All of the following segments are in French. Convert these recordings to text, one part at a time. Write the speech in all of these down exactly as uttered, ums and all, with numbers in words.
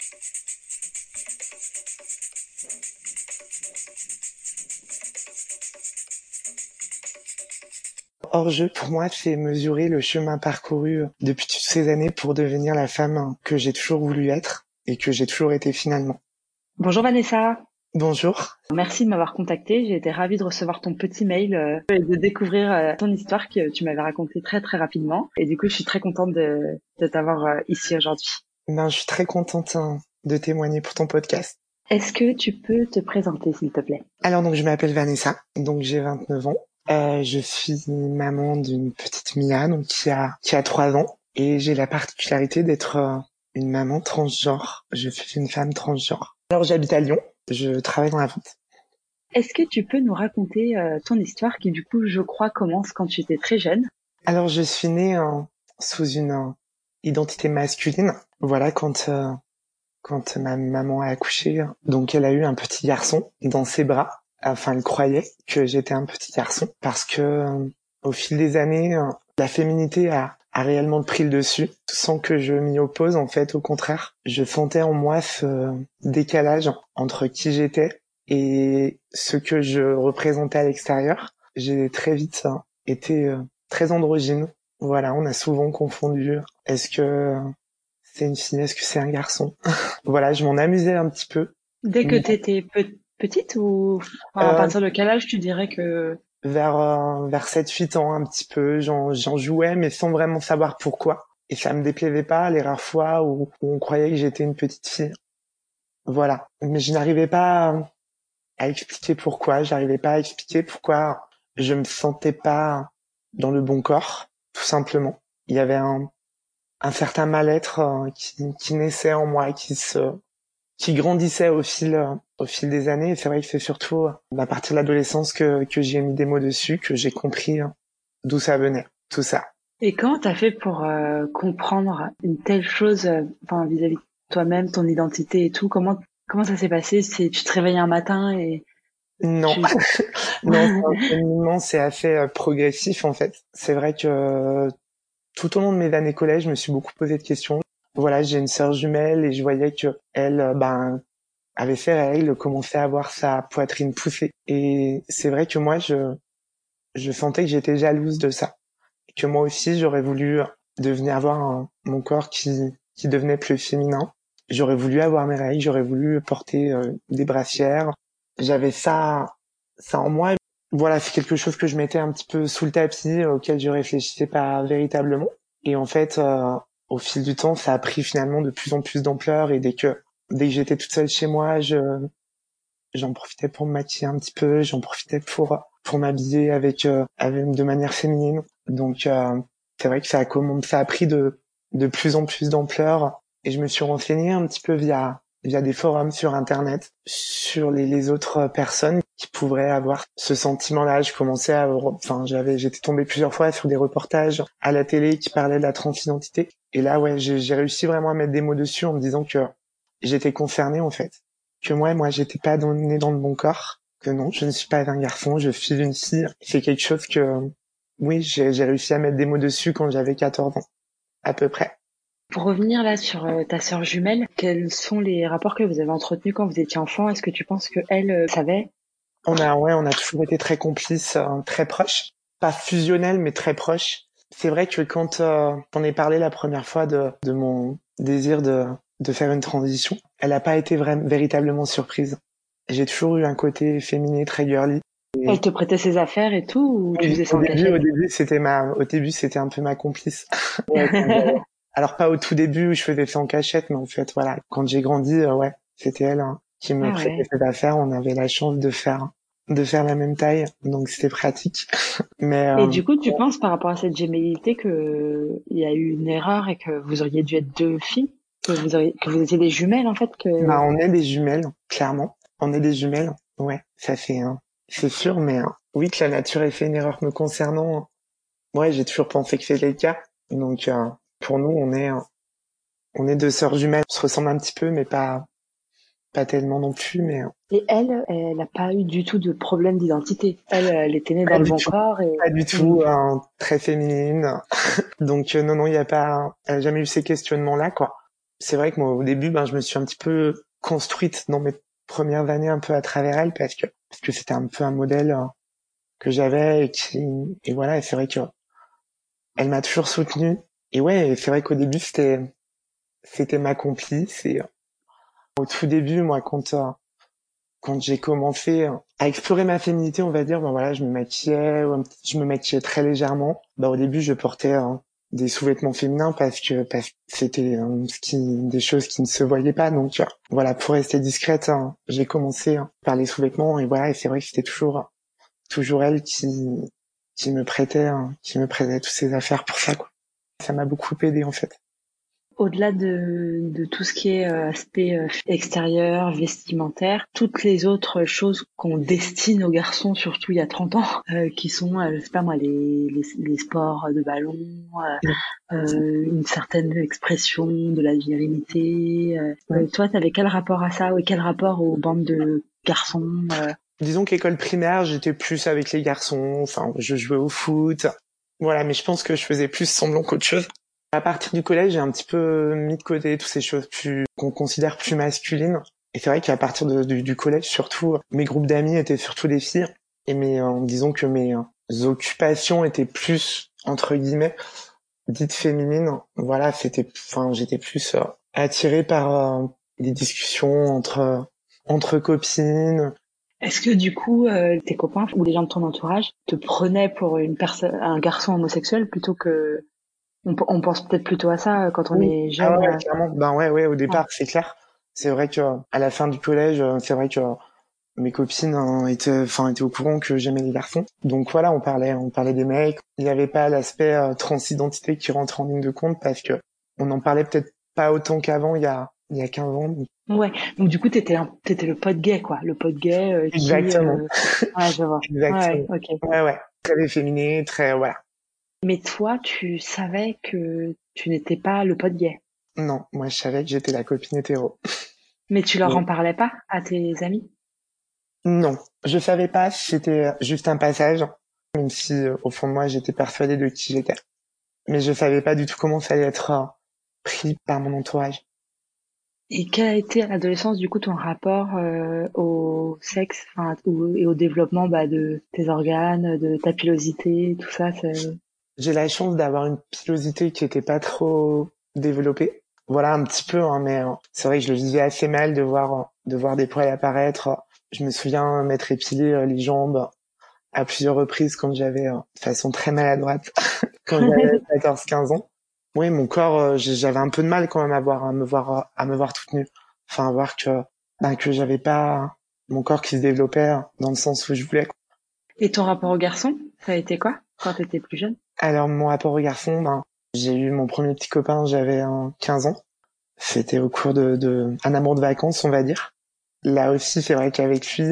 Hors-jeu, pour moi, c'est mesurer le chemin parcouru depuis toutes ces années pour devenir la femme que j'ai toujours voulu être et que j'ai toujours été finalement. Bonjour Vanessa. Bonjour. Merci de m'avoir contactée. J'ai été ravie de recevoir ton petit mail euh, et de découvrir euh, ton histoire que tu m'avais racontée très très rapidement. Et du coup, je suis très contente de, de t'avoir euh, ici aujourd'hui. Ben, je suis très contente hein, de témoigner pour ton podcast. Est-ce que tu peux te présenter, s'il te plaît? Alors, donc, je m'appelle Vanessa, donc j'ai vingt-neuf ans. Euh, je suis maman d'une petite Mia, donc qui a qui a trois ans, et j'ai la particularité d'être euh, une maman transgenre. Je suis une femme transgenre. Alors, j'habite à Lyon. Je travaille dans la vente. Est-ce que tu peux nous raconter euh, ton histoire qui, du coup, je crois, commence quand tu étais très jeune? Alors, je suis née euh, sous une euh, identité masculine. Voilà, quand euh, quand ma maman a accouché, donc elle a eu un petit garçon dans ses bras. Enfin, elle croyait que j'étais un petit garçon parce que euh, au fil des années, euh, la féminité a, a réellement pris le dessus, sans que je m'y oppose. En fait, au contraire, je sentais en moi ce décalage entre qui j'étais et ce que je représentais à l'extérieur. J'ai très vite euh, été euh, très androgyne. Voilà, on a souvent confondu. Est-ce que c'est une fille, est-ce que c'est un garçon? Voilà, je m'en amusais un petit peu. Dès que Mais, tu étais pe- petite ou enfin, à euh, partir de quel âge tu dirais que... vers euh, vers sept huit ans un petit peu, j'en j'en jouais mais sans vraiment savoir pourquoi. Et ça me déplaisait pas les rares fois où, où on croyait que j'étais une petite fille. Voilà. Mais je n'arrivais pas à, à expliquer pourquoi, j'arrivais pas à expliquer pourquoi je me sentais pas dans le bon corps, tout simplement. Il y avait un un certain mal-être euh, qui qui naissait en moi, qui se qui grandissait au fil euh, au fil des années. Et c'est vrai que c'est surtout euh, à partir de l'adolescence que que j'ai mis des mots dessus, que j'ai compris euh, d'où ça venait, tout ça. Et comment t'as fait pour euh, comprendre une telle chose, euh, enfin, vis-à-vis de toi-même, ton identité et tout? Comment comment ça s'est passé? C'est tu te réveillais un matin et Non, tu... non, c'est un cheminement, c'est assez euh, progressif en fait. C'est vrai que euh, tout au long de mes années collège, je me suis beaucoup posé de questions. Voilà, j'ai une sœur jumelle et je voyais que elle, euh, ben, avait ses règles, commençait à avoir sa poitrine poussée. Et c'est vrai que moi, je je sentais que j'étais jalouse de ça. Que moi aussi j'aurais voulu devenir avoir un, mon corps qui qui devenait plus féminin. J'aurais voulu avoir mes règles, j'aurais voulu porter euh, des brassières. J'avais ça ça en moi. Voilà, c'est quelque chose que je mettais un petit peu sous le tapis, auquel je réfléchissais pas véritablement. Et en fait, euh, au fil du temps, ça a pris finalement de plus en plus d'ampleur. Et dès que dès que j'étais toute seule chez moi, je j'en profitais pour me maquiller un petit peu, j'en profitais pour pour m'habiller avec, euh, avec de manière féminine. Donc euh, c'est vrai que ça a comm- ça a pris de de plus en plus d'ampleur et je me suis renseigné un petit peu via via des forums sur internet sur les, les autres personnes qui pourraient avoir ce sentiment-là. Je commençais à enfin j'avais j'étais tombé plusieurs fois sur des reportages à la télé qui parlaient de la transidentité et là ouais j'ai j'ai réussi vraiment à mettre des mots dessus en me disant que j'étais concernée en fait, que moi, moi, j'étais pas dans, née dans le bon corps, que non, je ne suis pas un garçon, je suis une fille. C'est quelque chose que, oui, j'ai, j'ai réussi à mettre des mots dessus quand j'avais quatorze ans, à peu près. Pour revenir là sur euh, ta sœur jumelle, quels sont les rapports que vous avez entretenus quand vous étiez enfant? Est-ce que tu penses que elle euh, savait? On a, ouais, on a toujours été très complices, euh, très proches. Pas fusionnels, mais très proches. C'est vrai que quand euh, on est parlé la première fois de, de mon désir de, de faire une transition, elle n'a pas été vraiment, véritablement surprise. J'ai toujours eu un côté féminin très girly. Elle te prêtait ses affaires et tout, ou tu Oui, faisais ça au en début, au cachette? début, c'était ma, au début, c'était un peu ma complice. Ouais, quand j'avais- Alors pas au tout début où je faisais ça en cachette, mais en fait, voilà, quand j'ai grandi, euh, ouais, c'était elle hein, qui me Ah prêtait ouais. ses affaires. On avait la chance de faire, de faire la même taille, donc c'était pratique. Mais Et euh, du coup, tu penses par rapport à cette gémellité que il y a eu une erreur et que vous auriez dû être deux filles, que vous auriez, que vous étiez des jumelles en fait, que bah, on est des jumelles, clairement. On est des jumelles. Ouais, ça fait, hein, c'est sûr, mais euh, oui, que la nature ait fait une erreur me concernant. Ouais, j'ai toujours pensé que c'était le cas. Donc euh, pour nous, on est, euh, on est deux sœurs jumelles. On se ressemble un petit peu, mais pas pas tellement non plus, mais euh, et elle, elle n'a pas eu du tout de problème d'identité. Elle, elle était née pas dans le du bon tout, corps et pas du Hmm. tout, hein, très féminine. Donc euh, non, non, il y a pas, elle a jamais eu ces questionnements-là, quoi. c'est vrai que moi au début, ben je me suis un petit peu construite dans mes premières années un peu à travers elle parce que parce que c'était un peu un modèle euh, que j'avais et qui et voilà et c'est vrai que elle m'a toujours soutenue et ouais c'est vrai qu'au début c'était c'était ma complice et euh, au tout début moi quand euh, quand j'ai commencé euh, à explorer ma féminité on va dire ben voilà je me maquillais ou un petit- je me maquillais très légèrement bah au début je portais euh, des sous-vêtements féminins parce que parce que c'était euh, ce qui des choses qui ne se voyaient pas donc euh, voilà pour rester discrète hein, j'ai commencé hein, par les sous-vêtements et voilà et c'est vrai que c'était toujours toujours elle qui qui me prêtait hein, qui me prêtait toutes ses affaires pour ça quoi. Ça m'a beaucoup aidé en fait. Au-delà de, de tout ce qui est euh, aspect euh, extérieur, vestimentaire, toutes les autres choses qu'on destine aux garçons, surtout il y a trente ans, euh, qui sont, euh, je sais pas moi, les, les, les sports de ballon, euh, euh, une certaine expression de la virilité. Euh, Ouais. euh, toi, t'avais quel rapport à ça ou quel rapport aux bandes de garçons euh Disons qu'école primaire, j'étais plus avec les garçons, enfin, je jouais au foot. Voilà, mais je pense que je faisais plus semblant qu'autre chose. À partir du collège, j'ai un petit peu mis de côté toutes ces choses plus qu'on considère plus masculines. Et c'est vrai qu'à partir de- du, du collège, surtout, mes groupes d'amis étaient surtout des filles. Et mes, euh, disons que mes euh, occupations étaient plus, entre guillemets, dites féminines. Voilà, c'était, enfin, j'étais plus euh, attirée par euh, des discussions entre entre copines. Est-ce que du coup, euh, tes copains ou les gens de ton entourage te prenaient pour une personne, un garçon homosexuel plutôt que on, p- on pense peut-être plutôt à ça euh, quand on Oui. est Ah jeune. ouais, ouais, euh, clairement. Ben ouais, ouais, au ouais. départ, c'est clair. C'est vrai que à la fin du collège, euh, c'est vrai que mes copines hein, étaient, enfin, étaient au courant que j'aimais les garçons. Donc voilà, on parlait, on parlait des mecs. Il n'y avait pas l'aspect euh, transidentité qui rentre en ligne de compte parce que on en parlait peut-être pas autant qu'avant, il y a, il y a quinze ans. Ouais. Donc du coup, t'étais un, t'étais le pote gay, quoi, le pote gay euh, qui. Exactement. Euh... Ouais, je vois. Ouais, Exactement. ok. Ouais, ouais. Très efféminé, très, voilà. Mais toi, tu savais que tu n'étais pas le pote gay, Non, moi, je savais que j'étais la copine hétéro. mais tu leur en Oui. parlais pas à tes amis. Non, je savais pas si c'était juste un passage, même si euh, au fond de moi, j'étais persuadée de qui j'étais. Mais je savais pas du tout comment ça allait être euh, pris par mon entourage. Et quel a été à l'adolescence, du coup, ton rapport euh, au sexe, enfin, au- et au développement bah, de tes organes, de ta pilosité, tout ça, c'est... J'ai la chance d'avoir une pilosité qui était pas trop développée. Voilà un petit peu, hein, mais euh, c'est vrai que je le vivais assez mal de voir euh, de voir des poils apparaître. Je me souviens m'être épilé euh, les jambes à plusieurs reprises quand j'avais euh, de façon très maladroite quand j'avais quatorze quinze ans. Oui, mon corps, euh, j'ai- j'avais un peu de mal quand même à voir à me voir euh, à me voir toute nue. Enfin, à voir que ben, que j'avais pas mon corps qui se développait euh, dans le sens où je voulais. Et ton rapport au garçon, ça a été quoi quand t'étais plus jeune? Alors mon rapport au garçon, ben, j'ai eu mon premier petit copain, j'avais euh, quinze ans. C'était au cours de, de un amour de vacances, on va dire. Là aussi, c'est vrai qu'avec lui,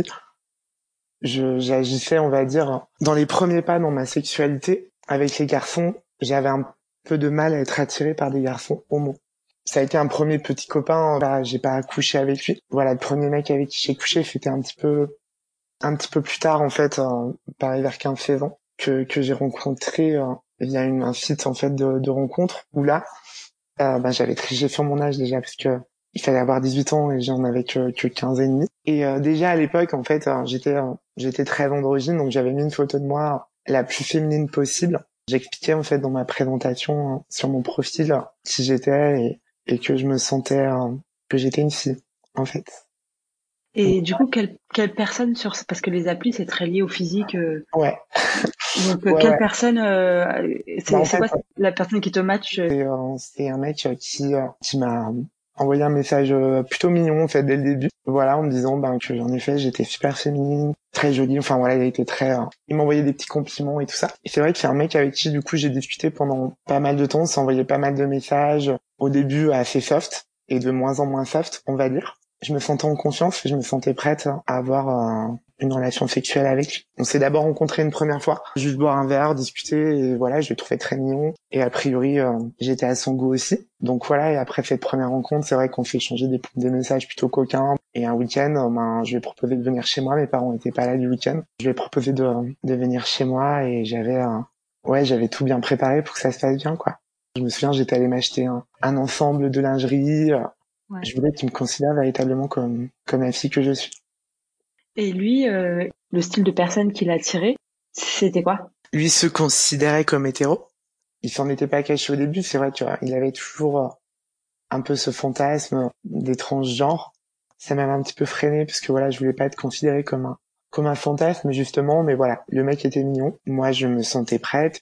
je j'agissais, on va dire, dans les premiers pas dans ma sexualité. Avec les garçons, j'avais un peu de mal à être attiré par des garçons homo. Ça a été un premier petit copain, bah, j'ai pas couché avec lui. Voilà, le premier mec avec qui j'ai couché, c'était un petit peu un petit peu plus tard en fait, euh, pareil vers quinze seize ans, que que j'ai rencontré euh, via une, un site en fait de, de rencontre où là, euh, bah, j'avais triché sur mon âge déjà parce que il fallait avoir dix-huit ans et j'en avais que, que quinze et demi. Et euh, déjà à l'époque, en fait, euh, j'étais euh, j'étais très androgyne, donc j'avais mis une photo de moi la plus féminine possible. J'expliquais en fait dans ma présentation euh, sur mon profil euh, qui j'étais et, et que je me sentais euh, que j'étais une fille en fait. Et du coup, quelle, quelle personne sur... Parce que les applis, c'est très lié au physique. euh, Ouais, donc, euh, ouais, quelle ouais. personne... euh, Bah c'est en c'est fait, quoi la personne qui te match euh, c'est euh, c'est un mec euh, qui euh, qui m'a envoyé un message euh, plutôt mignon en fait dès le début. Voilà, en me disant ben que en effet j'étais super féminine, très jolie. Enfin voilà, il a été très. euh, il m'envoyait des petits compliments et tout ça. Et c'est vrai que c'est un mec avec qui du coup j'ai discuté pendant pas mal de temps. On s'envoyait pas mal de messages. Au début assez soft et de moins en moins soft, on va dire. Je me sentais en confiance et je me sentais prête à avoir euh, une relation sexuelle avec lui. On s'est d'abord rencontrés une première fois, juste boire un verre, discuter, et voilà, je le trouvais très mignon. Et a priori, euh, j'étais à son goût aussi. Donc voilà, et après cette première rencontre, c'est vrai qu'on fait échanger des, des messages plutôt coquins. Et un week-end, euh, ben, je lui ai proposé de venir chez moi, mes parents étaient pas là du week-end. Je lui ai proposé de, de venir chez moi et j'avais, euh, ouais, j'avais tout bien préparé pour que ça se passe bien, quoi. Je me souviens, j'étais allée m'acheter un, un ensemble de lingerie. Ouais. Je voulais qu'il me considère véritablement comme, comme la fille que je suis. Et lui, euh, le style de personne qu'il attirait, c'était quoi? Lui se considérait comme hétéro. Il s'en était pas caché au début, c'est vrai, tu vois. Il avait toujours un peu ce fantasme des transgenres. Ça m'avait un petit peu freiné parce que voilà, je voulais pas être considéré comme un, comme un fantasme, justement. Mais voilà, le mec était mignon. Moi, je me sentais prête.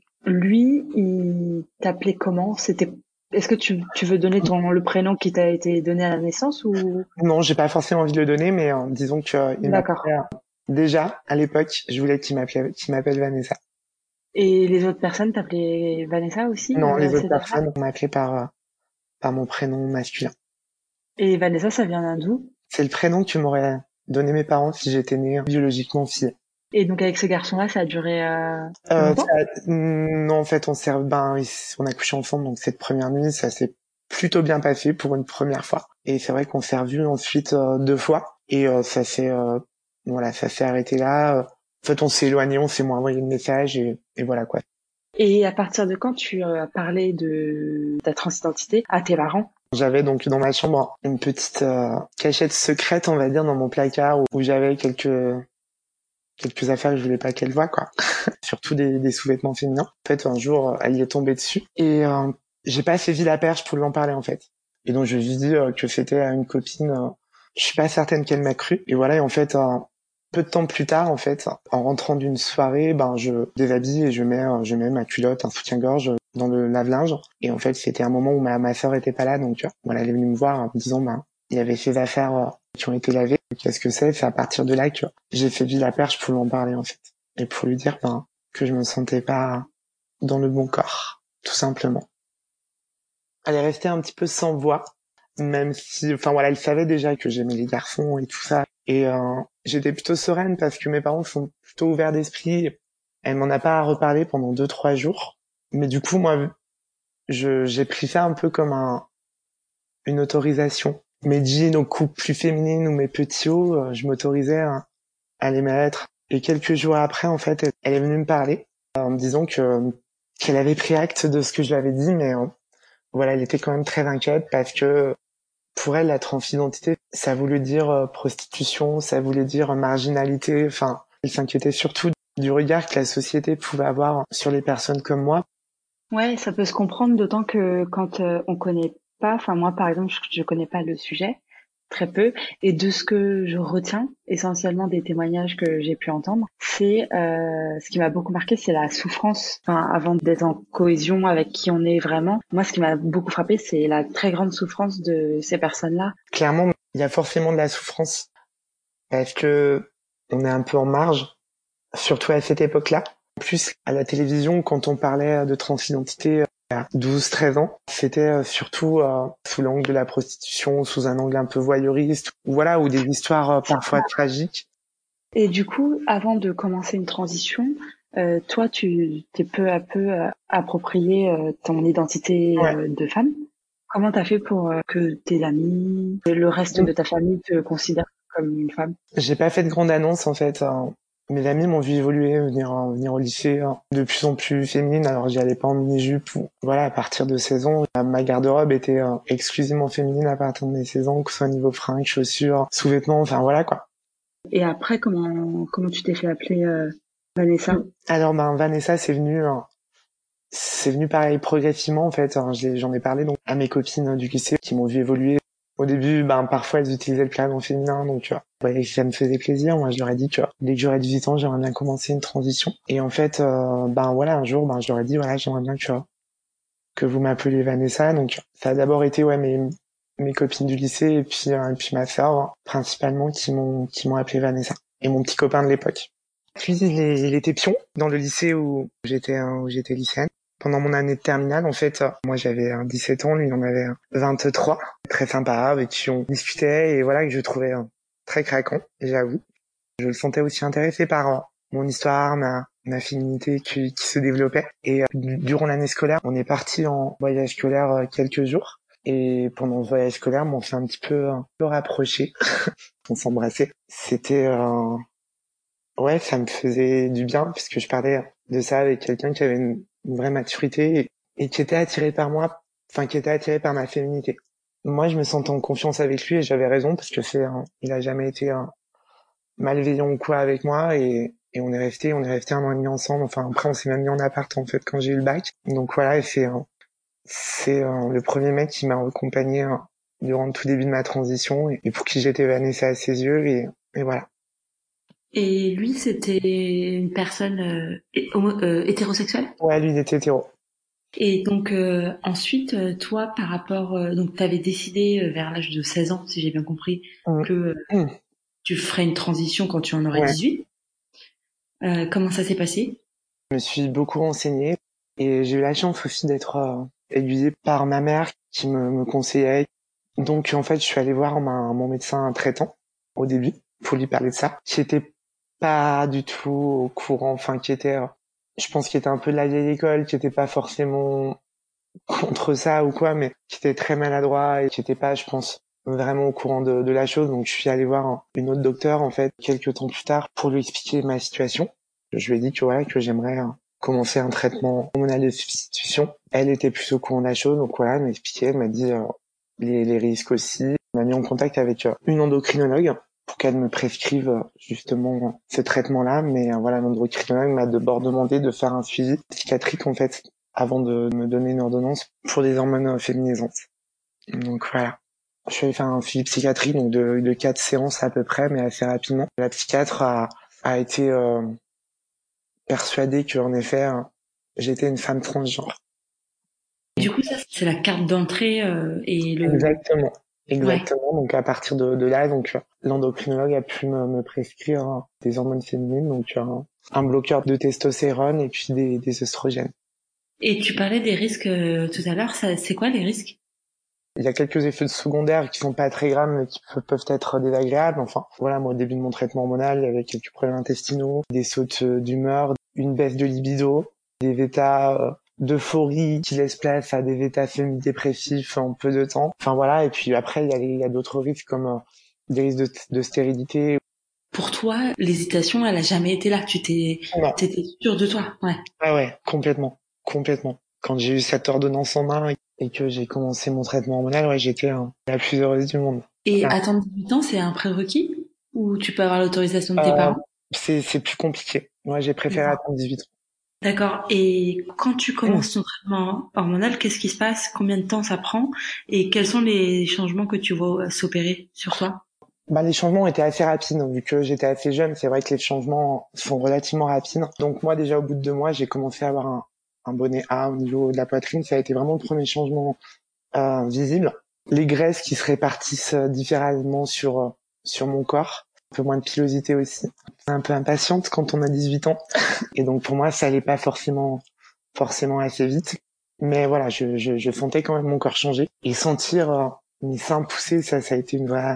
Lui, il t'appelait comment? C'était, est-ce que tu, tu veux donner ton, le prénom qui t'a été donné à la naissance ou? Non, j'ai pas forcément envie de le donner, mais euh, disons que euh, il m'appelait, euh, déjà, à l'époque, je voulais qu'il m'appelle, qu'il m'appelle Vanessa. Et les autres personnes t'appelaient Vanessa aussi? Non, euh, les autres personnes m'appelaient par, euh, par mon prénom masculin. Et Vanessa, ça vient d'où? C'est le prénom que m'auraient donné mes parents si j'étais née biologiquement fille. Et donc avec ce garçon-là, ça a duré euh, euh, longtemps? ça, Non, en fait, on s'est, ben, on a couché ensemble, donc cette première nuit, ça s'est plutôt bien passé pour une première fois. Et c'est vrai qu'on s'est revus ensuite euh, deux fois, et euh, ça s'est, euh, voilà, ça s'est arrêté là. En fait, on s'est éloigné, on s'est moins envoyé de messages, et, et voilà quoi. Et à partir de quand tu as parlé de ta transidentité à tes parents? J'avais donc dans ma chambre une petite euh, cachette secrète, on va dire, dans mon placard où, où j'avais quelques quelques affaires que je voulais pas qu'elle voie, quoi. Surtout des, des sous-vêtements féminins. En fait, un jour, elle y est tombée dessus et euh, j'ai pas saisi la perche pour lui en parler, en fait. Et donc, je lui ai dit euh, que c'était à une copine. Euh, je suis pas certaine qu'elle m'a cru. Et voilà, et en fait, euh, peu de temps plus tard, en fait, en rentrant d'une soirée, ben, je déshabille et je mets, euh, je mets ma culotte, un soutien-gorge dans le lave-linge. Et en fait, c'était un moment où ma, ma sœur était pas là, donc voilà, elle est venue me voir en me disant, ben, il y avait ses affaires euh, qui ont été lavées. Qu'est-ce que c'est? C'est à partir de là que j'ai fait vie la perche pour lui en parler, en fait. Et pour lui dire, ben, que je me sentais pas dans le bon corps, tout simplement. Elle est restée un petit peu sans voix, même si, enfin voilà, elle savait déjà que j'aimais les garçons et tout ça. Et euh, j'étais plutôt sereine parce que mes parents sont plutôt ouverts d'esprit. Elle m'en a pas reparlé pendant deux, trois jours. Mais du coup, moi, je, j'ai pris ça un peu comme un, une autorisation. Mes jeans aux coupes plus féminines ou mes petits hauts, euh, je m'autorisais à, à les mettre. Et quelques jours après, en fait, elle, elle est venue me parler euh, en me disant que qu'elle avait pris acte de ce que je lui avais dit, mais euh, voilà, elle était quand même très inquiète parce que pour elle, la transidentité, ça voulait dire euh, prostitution, ça voulait dire marginalité. Enfin, elle s'inquiétait surtout du regard que la société pouvait avoir sur les personnes comme moi. Ouais, ça peut se comprendre, d'autant que quand euh, on connaît pas, enfin moi par exemple, je, je connais pas le sujet, très peu, et de ce que je retiens essentiellement des témoignages que j'ai pu entendre, c'est euh, ce qui m'a beaucoup marqué, c'est la souffrance. Enfin, avant d'être en cohésion avec qui on est vraiment, moi ce qui m'a beaucoup frappé, c'est la très grande souffrance de ces personnes-là. Clairement, il y a forcément de la souffrance parce que on est un peu en marge, surtout à cette époque-là. En plus, à la télévision, quand on parlait de transidentité à douze treize ans, c'était surtout euh, sous l'angle de la prostitution, sous un angle un peu voyeuriste, ou voilà, ou des histoires euh, parfois tragiques. Et du coup, avant de commencer une transition, euh, toi, tu t'es peu à peu euh, approprié euh, ton identité Ouais. euh, de femme. Comment t'as fait pour euh, que tes amis, le reste de ta famille te considèrent comme une femme? J'ai pas fait de grande annonce en fait. Hein. Mes amis m'ont vu évoluer, venir venir au lycée hein, de plus en plus féminine. Alors j'y allais pas en mini-jupe. Ou... Voilà, à partir de seize ans, ma garde-robe était euh, exclusivement féminine à partir de mes seize ans, que ce soit niveau fringues, chaussures, sous-vêtements, enfin voilà quoi. Et après, comment comment tu t'es fait appeler euh, Vanessa? Alors ben Vanessa, c'est venu, hein, c'est venu pareil progressivement en fait. Hein, j'en ai parlé donc à mes copines du lycée qui m'ont vu évoluer. Au début, ben parfois elles utilisaient le prénom féminin, donc tu vois, ouais, ça me faisait plaisir. Moi, je leur ai dit que dès que j'aurais dix-huit ans, j'aimerais bien commencer une transition. Et en fait, euh, ben voilà, un jour, ben je leur ai dit voilà, j'aimerais bien que que vous m'appeliez Vanessa. Donc ça a d'abord été ouais mes mes copines du lycée et puis euh, et puis ma sœur principalement qui m'ont qui m'ont appelé Vanessa et mon petit copain de l'époque. Puis il, est, il était pion dans le lycée où j'étais où j'étais lycéenne. Pendant mon année de terminale, en fait, moi j'avais dix-sept ans, lui il en avait vingt-trois. Très sympa, avec qui on discutait et voilà que je trouvais très craquant, j'avoue. Je le sentais aussi intéressé par mon histoire, ma, ma féminité qui, qui se développait. Et euh, durant l'année scolaire, on est parti en voyage scolaire euh, quelques jours. Et pendant ce voyage scolaire, on s'est un petit peu, un peu rapprochés. On s'embrassait. C'était... Euh... Ouais, ça me faisait du bien puisque je parlais de ça avec quelqu'un qui avait une, une vraie maturité. Et et qui était attiré par moi, enfin qui était attiré par ma féminité. Moi, je me sentais en confiance avec lui et j'avais raison parce que c'est, un, il a jamais été un malveillant ou quoi avec moi et, et on est resté, on est resté un an et demi ensemble. Enfin après, on s'est même mis en appart en fait quand j'ai eu le bac. Donc voilà, et c'est, un, c'est un, le premier mec qui m'a accompagné hein, durant le tout début de ma transition et, et pour qui j'étais vanessé à ses yeux et, et voilà. Et lui, c'était une personne euh, hé- homo- euh, hétérosexuelle. Ouais, lui, il était hétéro. Et donc euh, ensuite, euh, toi, par rapport, euh, donc tu avais décidé euh, vers l'âge de seize ans, si j'ai bien compris, Mmh. que euh, Mmh. tu ferais une transition quand tu en aurais Ouais. dix-huit. Euh, comment ça s'est passé? Je me suis beaucoup renseigné et j'ai eu la chance aussi d'être euh, aiguillé par ma mère qui me, me conseillait. Donc en fait, je suis allé voir ma, mon médecin traitant au début pour lui parler de ça, qui était pas du tout au courant, enfin qui était, euh, je pense qu'il était un peu de la vieille école, qui était pas forcément contre ça ou quoi, mais qui était très maladroit et qui était pas, je pense, vraiment au courant de, de la chose. Donc je suis allé voir une autre docteure en fait quelques temps plus tard pour lui expliquer ma situation. Je lui ai dit que voilà que j'aimerais euh, commencer un traitement hormonal de substitution. Elle était plus au courant de la chose, donc voilà, elle m'a expliqué, elle m'a dit euh, les, les risques aussi. Elle m'a mis en contact avec euh, une endocrinologue pour qu'elle me prescrive euh, justement ce traitement-là. Mais euh, voilà, l'endocrinologue m'a d'abord demandé de faire un suivi psychiatrique en fait avant de me donner une ordonnance pour des hormones euh, féminisantes. Donc voilà. Je suis allé faire un suivi psychiatrique donc de, de quatre séances à peu près, mais assez rapidement. La psychiatre a, a été euh, persuadée que en effet, euh, j'étais une femme transgenre. Du coup, ça, c'est la carte d'entrée euh, et le... Exactement. Ouais. Exactement. Donc à partir de, de là, donc euh, l'endocrinologue a pu me, me prescrire euh, des hormones féminines, donc euh, un bloqueur de testostérone et puis des, des œstrogènes. Et tu parlais des risques euh, tout à l'heure, ça, c'est quoi les risques? Il y a quelques effets secondaires qui sont pas très graves, mais qui peuvent être désagréables. Enfin, voilà, moi, au début de mon traitement hormonal, il y avait quelques problèmes intestinaux, des sautes d'humeur, une baisse de libido, des vétas euh, d'euphorie qui laissent place à des vétas semi-dépressifs en peu de temps. Enfin, voilà. Et puis après, il y a, les- il y a d'autres risques comme euh, des risques de, de stérilité. Pour toi, l'hésitation, elle a jamais été là. Tu t'es, Non. t'étais sûr de toi. Ouais. Ah ouais, complètement. Complètement. Quand j'ai eu cette ordonnance en main et que j'ai commencé mon traitement hormonal, ouais, j'étais euh, la plus heureuse du monde. Et Clairement. attendre dix-huit ans, c'est un prérequis? Ou tu peux avoir l'autorisation de tes Euh, parents? c'est, c'est plus compliqué. Moi, j'ai préféré D'accord. attendre dix-huit D'accord. Et quand tu ans. commences ton traitement hormonal, qu'est-ce qui se passe? Combien de temps ça prend? Et quels sont les changements que tu vois s'opérer sur toi? Bah, les changements étaient assez rapides, vu que j'étais assez jeune. C'est vrai que les changements sont relativement rapides. Donc moi, déjà au bout de deux mois, j'ai commencé à avoir un, un bonnet A au niveau de la poitrine. Ça a été vraiment le premier changement euh, visible. Les graisses qui se répartissent euh, différemment sur euh, sur mon corps. Un peu moins de pilosité aussi. Un peu impatiente quand on a dix-huit ans. Et donc pour moi, ça allait pas forcément forcément assez vite. Mais voilà, je, je, je sentais quand même mon corps changer. Et sentir euh, mes seins pousser, ça, ça a été une vraie,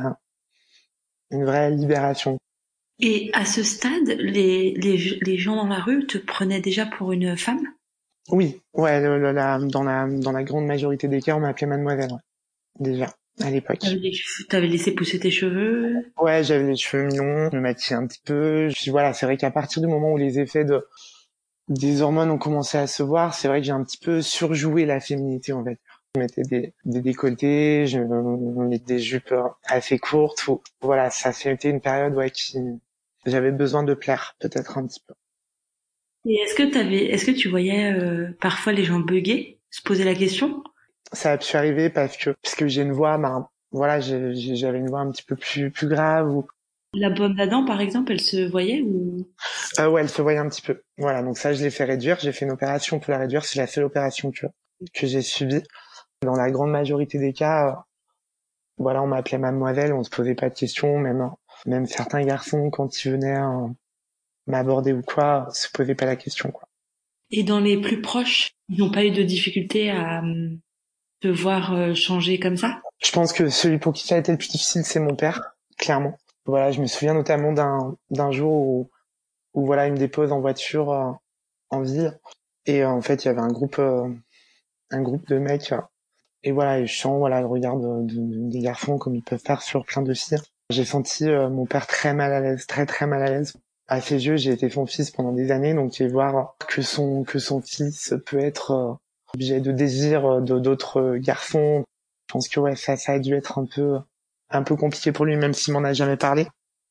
une vraie libération. Et à ce stade, les, les, les gens dans la rue te prenaient déjà pour une femme? Oui, ouais, le- le- la, dans la dans la grande majorité des cas, on m'appelait mademoiselle, ouais, déjà, à l'époque. T'avais, des cheveux- t'avais laissé pousser tes cheveux? Ouais, j'avais les cheveux mi-longs, je me maquillais un petit peu. Puis voilà, c'est vrai qu'à partir du moment où les effets de des hormones ont commencé à se voir, c'est vrai que j'ai un petit peu surjoué la féminité, en fait. Je mettais des, des décolletés, je mettais des jupes assez courtes. Ou, voilà, ça a été une période ouais, qui j'avais besoin de plaire, peut-être un petit peu. Et est-ce que t'avais, est-ce que tu voyais euh, parfois les gens bugger, se poser la question? Ça a pu arriver parce que puisque j'ai une voix, ben voilà, j'ai- j'ai- j'avais une voix un petit peu plus plus grave ou La bonne d'Adam, par exemple, elle se voyait ou... euh, ouais, elle se voyait un petit peu. Voilà, donc ça je l'ai fait réduire. J'ai fait une opération pour la réduire. C'est la seule opération que que j'ai subie. Dans la grande majorité des cas, euh, voilà, on m'appelait mademoiselle, on se posait pas de questions. Même même certains garçons quand ils venaient euh, m'aborder ou quoi, se posaient pas la question quoi. Et dans les plus proches, ils n'ont pas eu de difficulté à euh, te voir euh, changer comme ça? Je pense que celui pour qui ça a été le plus difficile, c'est mon père, clairement. Voilà, je me souviens notamment d'un d'un jour où où voilà, il me dépose en voiture euh, en ville et euh, en fait, il y avait un groupe euh, un groupe de mecs euh, et voilà, et je sens voilà le regard de, de- des garçons comme ils peuvent faire sur plein de filles. J'ai senti euh, mon père très mal à l'aise, très très mal à l'aise. À ses yeux, j'ai été son fils pendant des années, donc il voir que son que son fils peut être euh, objet de désir de d'autres garçons. Je pense que ouais, ça, ça a dû être un peu, un peu compliqué pour lui, même s'il m'en a jamais parlé.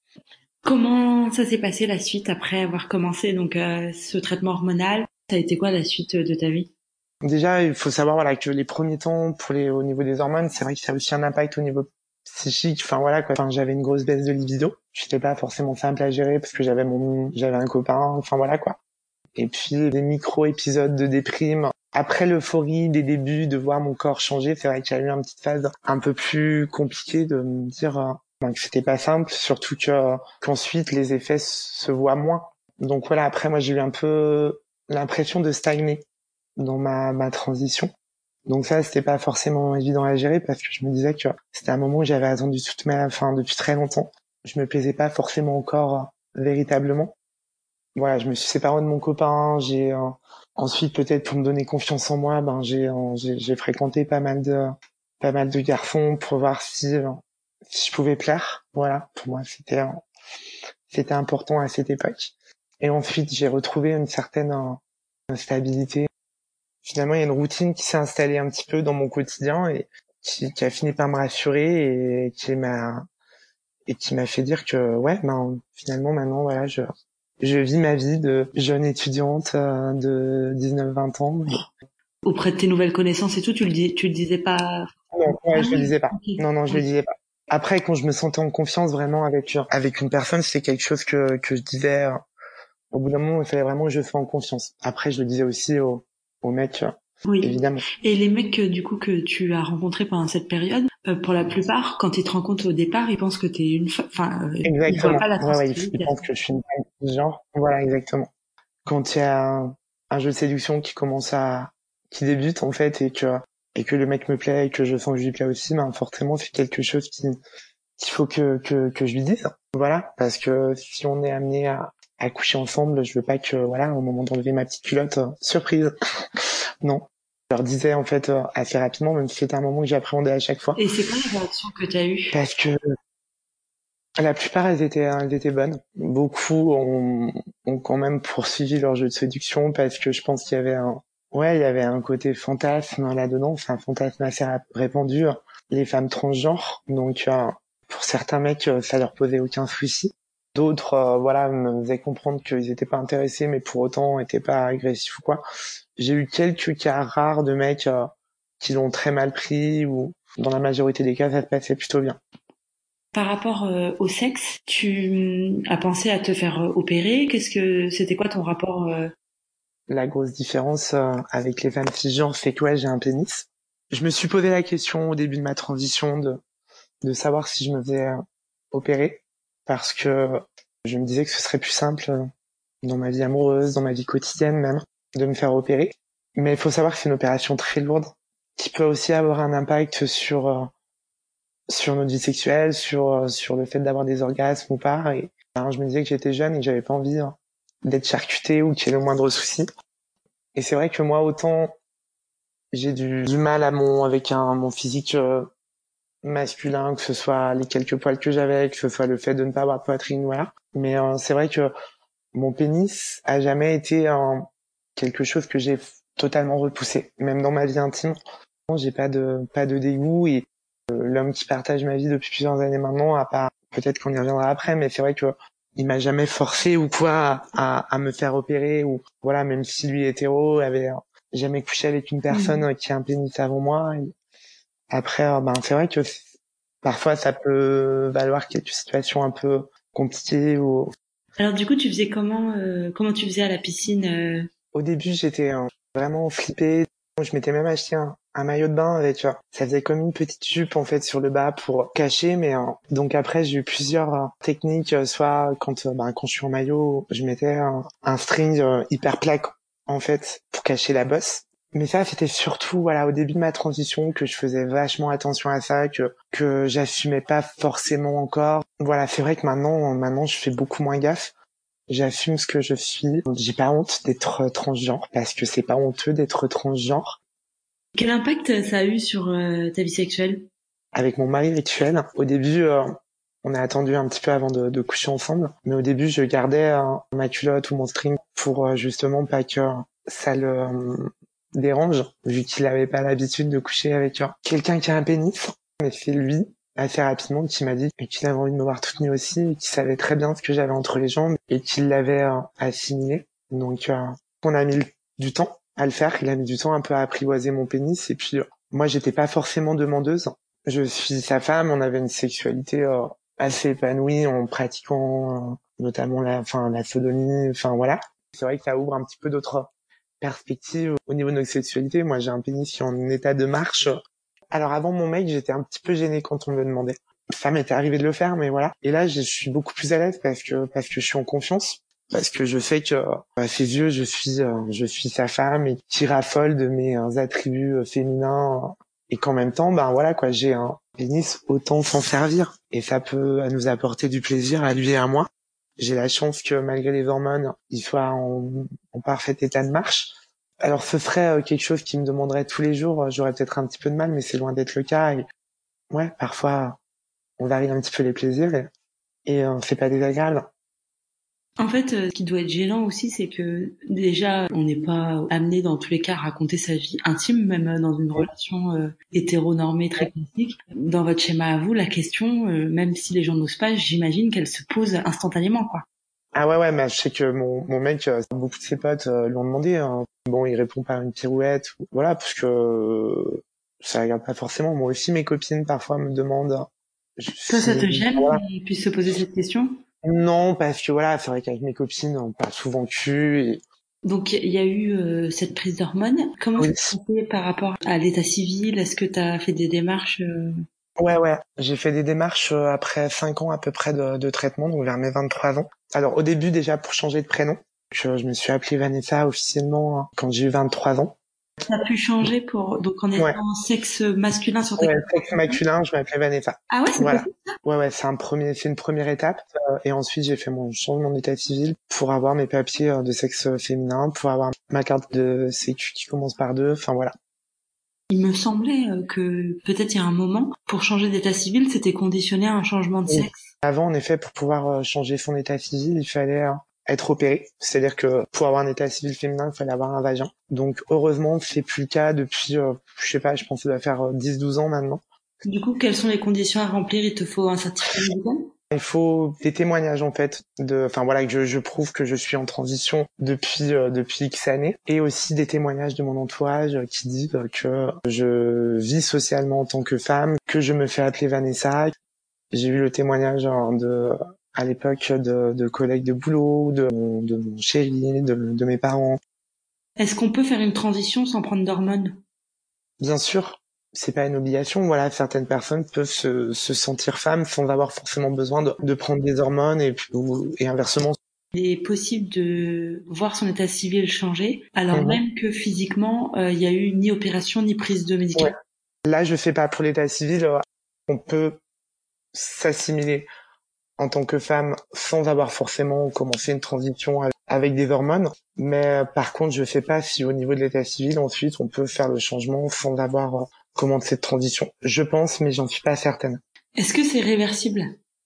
Comment ça s'est passé la suite après avoir commencé donc euh, ce traitement hormonal? Ça a été quoi la suite de ta vie? Déjà, il faut savoir voilà que les premiers temps pour les au niveau des hormones, c'est vrai que ça a aussi un impact au niveau psychique. Enfin voilà quoi. Enfin, j'avais une grosse baisse de libido. C'était pas forcément simple à gérer parce que j'avais mon j'avais un copain. Enfin voilà quoi. Et puis des micro épisodes de déprime. Après l'euphorie des débuts de voir mon corps changer, c'est vrai qu'il y a eu une petite phase un peu plus compliquée de me dire euh, ben, que c'était pas simple, surtout que qu'ensuite les effets se voient moins. Donc voilà. Après moi j'ai eu un peu l'impression de stagner dans ma, ma transition. Donc ça, c'était pas forcément évident à gérer parce que je me disais que c'était un moment où j'avais attendu toute ma, enfin, depuis très longtemps. Je me plaisais pas forcément encore euh, véritablement. Voilà, je me suis séparé de mon copain. J'ai euh, ensuite peut-être pour me donner confiance en moi, ben j'ai euh, j'ai, j'ai fréquenté pas mal de pas mal de garçons pour voir si euh, si je pouvais plaire. Voilà, pour moi c'était euh, c'était important à cette époque. Et ensuite j'ai retrouvé une certaine euh, stabilité. Finalement, il y a une routine qui s'est installée un petit peu dans mon quotidien et qui, qui a fini par me rassurer et qui m'a et qui m'a fait dire que ouais, ben finalement maintenant voilà, je je vis ma vie de jeune étudiante euh, de dix-neuf vingt ans. Et... Auprès de tes nouvelles connaissances et tout, tu le dis, tu le disais pas? Non, ouais, Ah je le oui, disais pas. ok. Non, non, je le Oui. disais pas. Après, quand je me sentais en confiance vraiment avec avec une personne, c'est quelque chose que que je disais. Euh, au bout d'un moment, il fallait vraiment que je sois en confiance. Après, je le disais aussi aux aux mecs, euh, Oui. évidemment. Et les mecs euh, du coup que tu as rencontrés pendant cette période, euh, pour la plupart, quand ils te rencontrent au départ, ils pensent que t'es une femme. Enfin, euh, ils voient Exactement. pas la Ouais, ouais, transition. ils pensent que je suis une femme de genre. Voilà, exactement. Quand il y a un, un jeu de séduction qui commence à, qui débute, en fait, et que, et que le mec me plaît et que je sens que je lui plais aussi, ben, forcément, c'est quelque chose qui, qu'il faut que, que, que je lui dise. Voilà. Parce que si on est amené à, à coucher ensemble, je veux pas que, voilà, au moment d'enlever ma petite culotte, euh, surprise. Non. Je leur disais, en fait, euh, assez rapidement, même si c'était un moment que j'appréhendais à chaque fois. Et c'est quoi les réactions que tu as eues? Parce que la plupart, elles étaient, elles étaient bonnes. Beaucoup ont, ont quand même poursuivi leur jeu de séduction parce que je pense qu'il y avait un, ouais, il y avait un côté fantasme là-dedans. C'est un fantasme assez répandu, les femmes transgenres. Donc, euh, pour certains mecs, ça leur posait aucun souci. D'autres, euh, voilà, me faisaient comprendre qu'ils étaient pas intéressés, mais pour autant, étaient pas agressifs ou quoi. J'ai eu quelques cas rares de mecs euh, qui l'ont très mal pris ou dans la majorité des cas, ça se passait plutôt bien. Par rapport euh, au sexe, tu hum, as pensé à te faire euh, opérer? Qu'est-ce que c'était quoi ton rapport euh... La grosse différence euh, avec les femmes cisgenres, c'est que ouais, j'ai un pénis. Je me suis posé la question au début de ma transition de, de savoir si je me faisais euh, opérer parce que je me disais que ce serait plus simple euh, dans ma vie amoureuse, dans ma vie quotidienne même, de me faire opérer. Mais il faut savoir que c'est une opération très lourde qui peut aussi avoir un impact sur euh, sur notre vie sexuelle, sur euh, sur le fait d'avoir des orgasmes ou pas. Et alors, je me disais que j'étais jeune et que j'avais pas envie hein, d'être charcuté ou qu'il y ait le moindre souci. Et c'est vrai que moi, autant j'ai du, du mal à mon avec un mon physique euh, masculin, que ce soit les quelques poils que j'avais, que ce soit le fait de ne pas avoir de poitrine, voilà. Mais euh, c'est vrai que mon pénis a jamais été euh, quelque chose que j'ai totalement repoussé, même dans ma vie intime. J'ai pas de pas de dégoût et euh, l'homme qui partage ma vie depuis plusieurs années maintenant, à part peut-être qu'on y reviendra après, mais c'est vrai que il m'a jamais forcé ou quoi à, à me faire opérer ou voilà, même si lui hétéro avait jamais couché avec une personne Mmh. qui a un pénis avant moi. Et après, euh, ben c'est vrai que parfois ça peut valoir quelques situations un peu compliquées. Ou Alors du coup, tu faisais comment euh, comment tu faisais à la piscine euh... au début j'étais euh, vraiment flippé. Je m'étais même acheté un, un maillot de bain avec, tu vois, ça faisait comme une petite jupe en fait sur le bas pour cacher. Mais euh, donc après j'ai eu plusieurs euh, techniques, euh, soit quand euh, ben, quand je suis en maillot, je mettais un, un string euh, hyper plaque en fait pour cacher la bosse. Mais ça, c'était surtout, voilà, au début de ma transition que je faisais vachement attention à ça, que que j'assumais pas forcément encore. Voilà, c'est vrai que maintenant, maintenant, je fais beaucoup moins gaffe. J'assume ce que je suis. J'ai pas honte d'être transgenre parce que c'est pas honteux d'être transgenre. Quel impact ça a eu sur euh, ta vie sexuelle? Avec mon mari actuel, au début, euh, on a attendu un petit peu avant de, de coucher ensemble, mais au début, je gardais euh, ma culotte ou mon string pour euh, justement pas que ça le dérange, vu qu'il avait pas l'habitude de coucher avec euh, quelqu'un qui a un pénis. Mais c'est lui, assez rapidement, qui m'a dit qu'il avait envie de me voir toute nue aussi, et qu'il savait très bien ce que j'avais entre les jambes, et qu'il l'avait euh, assimilé. Donc, euh, on a mis du temps à le faire. Il a mis du temps un peu à apprivoiser mon pénis. Et puis, euh, moi, j'étais pas forcément demandeuse. Je suis sa femme. On avait une sexualité euh, assez épanouie en pratiquant euh, notamment la, enfin, la sodomie. Enfin, voilà. C'est vrai que ça ouvre un petit peu d'autres perspectives au niveau de notre sexualité. Moi, j'ai un pénis qui est en état de marche. Alors, avant mon mec, j'étais un petit peu gênée quand on me le demandait. Ça m'était arrivé de le faire, mais voilà. Et là, je suis beaucoup plus à l'aise parce que parce que je suis en confiance. Parce que je sais que à ses yeux je suis euh, je suis sa femme et qui raffole de mes euh, attributs euh, féminins euh, et qu'en même temps ben voilà quoi, j'ai un pénis, autant s'en servir et ça peut euh, nous apporter du plaisir à lui et à moi. J'ai la chance que malgré les hormones, il soit en, en parfait état de marche. Alors ce serait euh, quelque chose qui me demanderait tous les jours, euh, j'aurais peut-être un petit peu de mal, mais c'est loin d'être le cas. Et ouais, parfois on varie un petit peu les plaisirs et, et euh, c'est pas désagréable. En fait, euh, ce qui doit être gênant aussi, c'est que déjà, on n'est pas amené dans tous les cas à raconter sa vie intime, même euh, dans une relation euh, hétéronormée très classique. Dans votre schéma à vous, la question, euh, même si les gens n'osent pas, j'imagine qu'elle se pose instantanément, quoi. Ah ouais, ouais, mais je sais que mon, mon mec, euh, beaucoup de ses potes euh, lui ont demandé. Hein. Bon, il répond par une pirouette, ou- voilà, parce que euh, ça regarde pas forcément. Moi aussi, mes copines parfois me demandent je- Toi, ça si, te gêne voilà. qu'il puisse se poser cette question? Non, parce que voilà, c'est vrai qu'avec mes copines, on parle souvent cul et Donc, il y a eu euh, cette prise d'hormones. Comment ça oui. s'est passé par rapport à l'état civil? Est-ce que tu as fait des démarches euh, Ouais, ouais. J'ai fait des démarches euh, après cinq ans à peu près de, de traitement, donc vers mes vingt-trois ans. Alors au début déjà pour changer de prénom, je, je me suis appelée Vanessa officiellement hein, quand j'ai eu vingt-trois ans. T'as pu changer pour donc en Ouais. étant sexe masculin sur ta Ouais, carte sexe d'identité? masculin, je m'appelais Vanessa. Ah ouais, c'est Voilà. possible. Ouais, ouais, c'est un premier, c'est une première étape. Euh, et ensuite, j'ai fait mon changement d'état civil pour avoir mes papiers euh, de sexe féminin, pour avoir ma carte de sécu qui commence par deux. Enfin voilà. Il me semblait euh, que peut-être il y a un moment, pour changer d'état civil, c'était conditionné à un changement de Oui. sexe. Avant, en effet, pour pouvoir euh, changer son état civil, il fallait euh, être opéré. C'est-à-dire que pour avoir un état civil féminin, il fallait avoir un vagin. Donc heureusement, c'est plus le cas depuis, euh, je sais pas, je pense que ça doit faire euh, dix douze ans maintenant. Du coup, quelles sont les conditions à remplir? Il te faut un certificat médical? Il faut des témoignages en fait de, enfin voilà que je, je prouve que je suis en transition depuis euh, depuis X années et aussi des témoignages de mon entourage euh, qui disent euh, que je vis socialement en tant que femme, que je me fais appeler Vanessa. J'ai eu le témoignage hein, de à l'époque de, de collègues de boulot, de, mon- de mon chéri, de, de mes parents. Est-ce qu'on peut faire une transition sans prendre d'hormones? Bien sûr, c'est pas une obligation. Voilà, certaines personnes peuvent se, se sentir femmes sans avoir forcément besoin de, de prendre des hormones et, puis- ou- et inversement. Il est possible de voir son état civil changer, alors Mhm. même que physiquement, euh, il y a eu ni opération ni prise de Ouais. médicaments. Là, je sais pas pour l'état civil, euh, on peut s'assimiler en tant que femme sans avoir forcément commencé une transition avec avec des hormones. Mais euh, par contre, je sais pas si au niveau de l'état civil, ensuite, on peut faire le changement sans avoir euh, commencé cette transition. Je pense, mais j'en suis pas certaine. Est-ce que c'est réversible?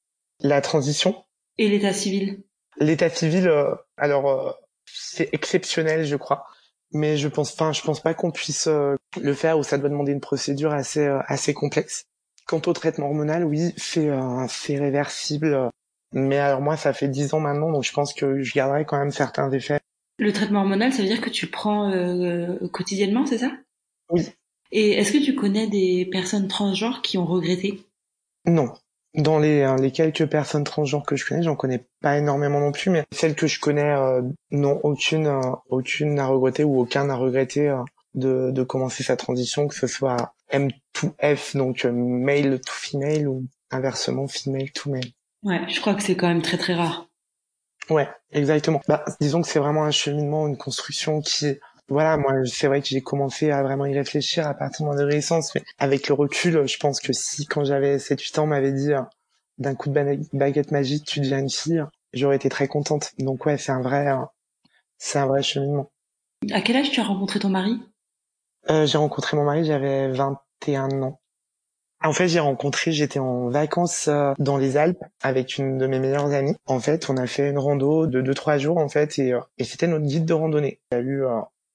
La transition, Et l'état civil? l'état civil, euh, alors euh, c'est exceptionnel, je crois. Mais je pense, enfin, je pense pas qu'on puisse euh, le faire ou ça doit demander une procédure assez euh, assez complexe. Quant au traitement hormonal, oui, c'est euh, c'est réversible. Mais alors moi, ça fait dix ans maintenant, donc je pense que je garderai quand même certains effets. Le traitement hormonal, ça veut dire que tu prends euh, quotidiennement, c'est ça? Oui, Et est-ce que tu connais des personnes transgenres qui ont regretté? non. Dans les euh, les quelques personnes transgenres que je connais, j'en connais pas énormément non plus, mais celles que je connais, euh, non, aucune euh, aucune n'a regretté ou aucun n'a regretté euh, de de commencer sa transition, que ce soit M to F, donc euh, male to female ou inversement female to male. Ouais, je crois que c'est quand même très très rare. Ouais, exactement. Bah, disons que c'est vraiment un cheminement, une construction qui, voilà, moi, c'est vrai que j'ai commencé à vraiment y réfléchir à partir de mon adolescence, mais avec le recul, je pense que si, quand j'avais sept huit ans, on m'avait dit, euh, d'un coup de bana- baguette magique, tu deviens une fille, j'aurais été très contente. Donc ouais, c'est un vrai, euh, c'est un vrai cheminement. À quel âge tu as rencontré ton mari? Euh, j'ai rencontré mon mari, j'avais vingt et un ans. En fait, j'ai rencontré, j'étais en vacances euh, dans les Alpes avec une de mes meilleures amies. En fait, on a fait une rando de deux trois jours en fait et, euh, et c'était notre guide de randonnée. Il a eu euh,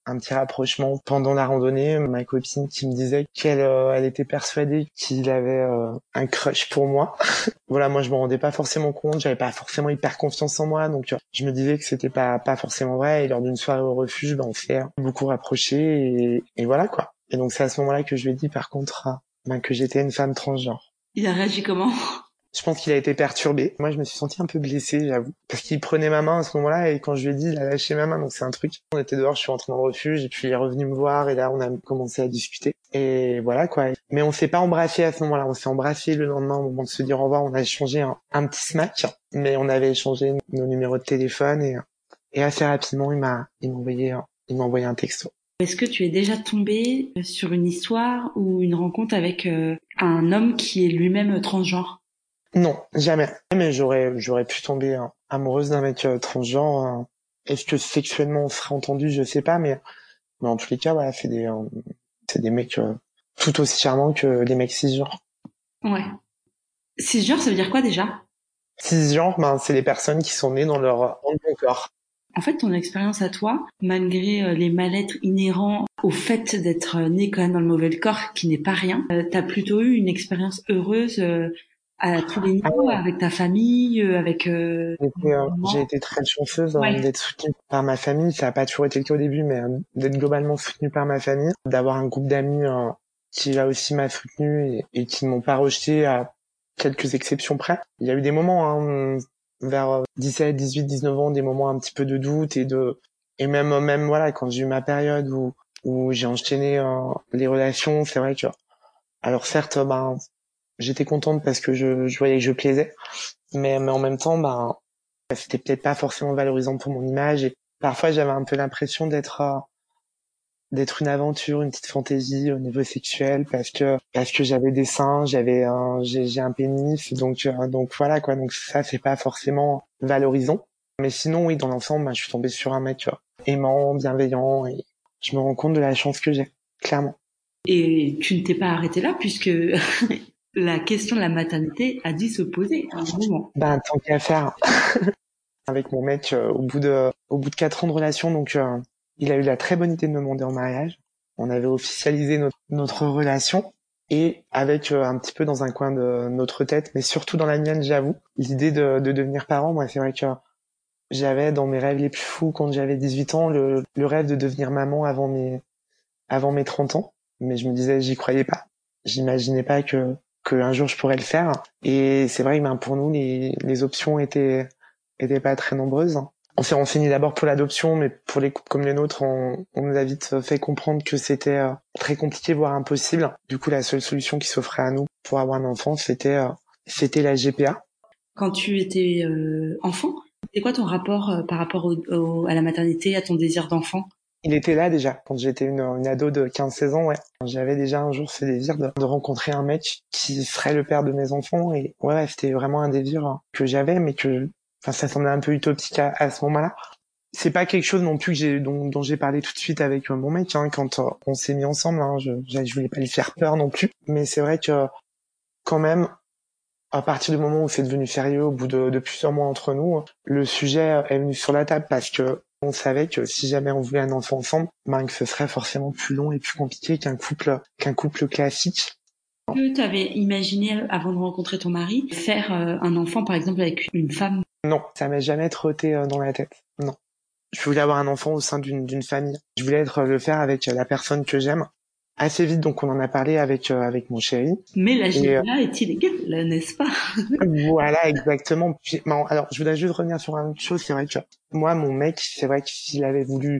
un petit rapprochement pendant la randonnée. Ma copine qui me disait qu'elle euh, elle était persuadée qu'il avait euh, un crush pour moi. Voilà, moi je me rendais pas forcément compte, j'avais pas forcément hyper confiance en moi, donc euh, je me disais que c'était pas pas forcément vrai. Et lors d'une soirée au refuge, ben on s'est beaucoup rapprochés et, et voilà quoi. Et donc c'est à ce moment-là que je lui ai dit par contre euh, ben, que j'étais une femme transgenre. Il a réagi comment? Je pense qu'il a été perturbé. Moi, je me suis sentie un peu blessée, j'avoue. Parce qu'il prenait ma main à ce moment-là, et quand je lui ai dit, il a lâché ma main, donc c'est un truc. On était dehors, je suis rentrée dans le refuge, et puis il est revenu me voir, et là, on a commencé à discuter. Et voilà, quoi. Mais on s'est pas embrassé à ce moment-là. On s'est embrassé le lendemain, au moment de se dire au revoir. On a échangé un, un petit smack, mais on avait échangé nos numéros de téléphone, et, et assez rapidement, il m'a, il m'a envoyé, il m'a envoyé un texto. Est-ce que tu es déjà tombée sur une histoire ou une rencontre avec euh, un homme qui est lui-même transgenre? Non, jamais. Mais j'aurais, j'aurais pu tomber hein, amoureuse d'un mec euh, transgenre. Hein. Est-ce que sexuellement on serait entendu, je sais pas, mais mais en tous les cas, voilà, c'est des, euh, c'est des mecs euh, tout aussi charmants que les mecs cisgenres. Ouais. Cisgenre, ça veut dire quoi déjà? Cisgenres, ben c'est les personnes qui sont nées dans leur dans le bon corps. En fait, ton expérience à toi, malgré euh, les mal-être inhérents au fait d'être euh, né quand même dans le mauvais corps, qui n'est pas rien, euh, t'as plutôt eu une expérience heureuse euh, à tous les Ah niveaux, ouais, avec ta famille, euh, avec euh, j'ai été, euh, j'ai l'environnement. été très chanceuse hein, Ouais. d'être soutenue par ma famille. Ça a pas toujours été le cas au début, mais euh, d'être globalement soutenue par ma famille, d'avoir un groupe d'amis euh, qui là aussi m'a soutenue et, et qui ne m'ont pas rejeté à quelques exceptions près. Il y a eu des moments hein, vers dix-sept, dix-huit, dix-neuf ans, des moments un petit peu de doute et de et même même voilà quand j'ai eu ma période où où j'ai enchaîné euh, les relations, c'est vrai que alors certes ben j'étais contente parce que je, je voyais que je plaisais, mais mais en même temps ben c'était peut-être pas forcément valorisant pour mon image et parfois j'avais un peu l'impression d'être euh, d'être une aventure, une petite fantaisie au niveau sexuel parce que parce que j'avais des seins, j'avais un j'ai j'ai un pénis donc euh, donc voilà quoi donc ça c'est pas forcément valorisant mais sinon oui dans l'ensemble bah, je suis tombée sur un mec euh, aimant, bienveillant et je me rends compte de la chance que j'ai clairement. Et tu ne t'es pas arrêté là puisque la question de la maternité a dû se poser à un moment. Ben tant qu'à faire avec mon mec euh, au bout de au bout de quatre ans de relation donc euh, il a eu la très bonne idée de me demander en mariage. On avait officialisé notre, notre relation et avec euh, un petit peu dans un coin de notre tête, mais surtout dans la mienne, j'avoue, l'idée de, de devenir parent. Moi, c'est vrai que j'avais dans mes rêves les plus fous quand j'avais dix-huit ans le, le rêve de devenir maman avant mes avant mes trente ans, mais je me disais j'y croyais pas. J'imaginais pas que que un jour je pourrais le faire. Et c'est vrai que ben, pour nous les les options étaient étaient pas très nombreuses. On s'est renseigné d'abord pour l'adoption, mais pour les couples comme les nôtres, on, on nous a vite fait comprendre que c'était euh, très compliqué, voire impossible. Du coup, la seule solution qui s'offrait à nous pour avoir un enfant, c'était euh, c'était la G P A. Quand tu étais euh, enfant, c'est quoi ton rapport euh, par rapport au, au, à la maternité, à ton désir d'enfant? Il était là déjà, quand j'étais une, une ado de quinze seize ans, ouais. J'avais déjà un jour ce désir de, de rencontrer un mec qui serait le père de mes enfants, et ouais, ouais c'était vraiment un désir que j'avais, mais que, enfin, ça semblait un peu utopique à, à ce moment-là. C'est pas quelque chose non plus que j'ai dont, dont j'ai parlé tout de suite avec mon mec hein, quand euh, on s'est mis ensemble. Hein, je, je voulais pas lui faire peur non plus, mais c'est vrai que quand même, à partir du moment où c'est devenu sérieux, au bout de, de plusieurs mois entre nous, le sujet est venu sur la table parce que on savait que si jamais on voulait un enfant ensemble, ben que ce serait forcément plus long et plus compliqué qu'un couple qu'un couple classique. Que tu avais imaginé avant de rencontrer ton mari faire euh, un enfant par exemple avec une femme? Non, ça m'est jamais trotté euh, dans la tête. Non. Je voulais avoir un enfant au sein d'une d'une famille. Je voulais être le faire avec la personne que j'aime. Assez vite, donc on en a parlé avec euh, avec mon chéri. Mais la Et euh, G P A est illégale, n'est-ce pas? voilà, exactement. Puis, bon, alors, je voudrais juste revenir sur une chose. C'est vrai que moi, mon mec, c'est vrai que s'il avait voulu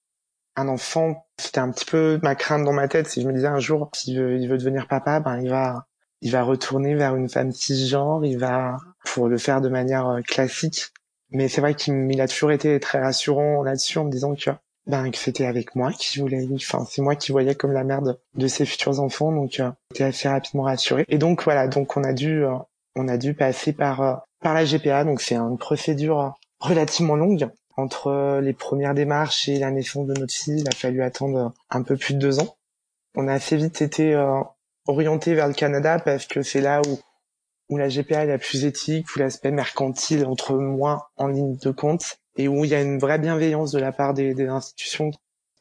un enfant, c'était un petit peu ma crainte dans ma tête. Si je me disais un jour, s'il veut, il veut devenir papa, ben il va, il va retourner vers une femme cisgenre. Il va pour le faire de manière euh, classique. Mais c'est vrai qu'il m- il a toujours été très rassurant là-dessus en me disant que ben que c'était avec moi qu'il voulait. Enfin, c'est moi qui voyais comme la mère de, de ses futurs enfants. Donc, euh, j'étais assez rapidement rassuré. Et donc voilà, donc on a dû, euh, on a dû passer par euh, par la G P A. Donc c'est une procédure euh, relativement longue. Entre les premières démarches et la naissance de notre fille, il a fallu attendre un peu plus de deux ans. On a assez vite été euh, orienté vers le Canada parce que c'est là où, où la G P A est la plus éthique, où l'aspect mercantile entre moins en ligne de compte et où il y a une vraie bienveillance de la part des, des institutions.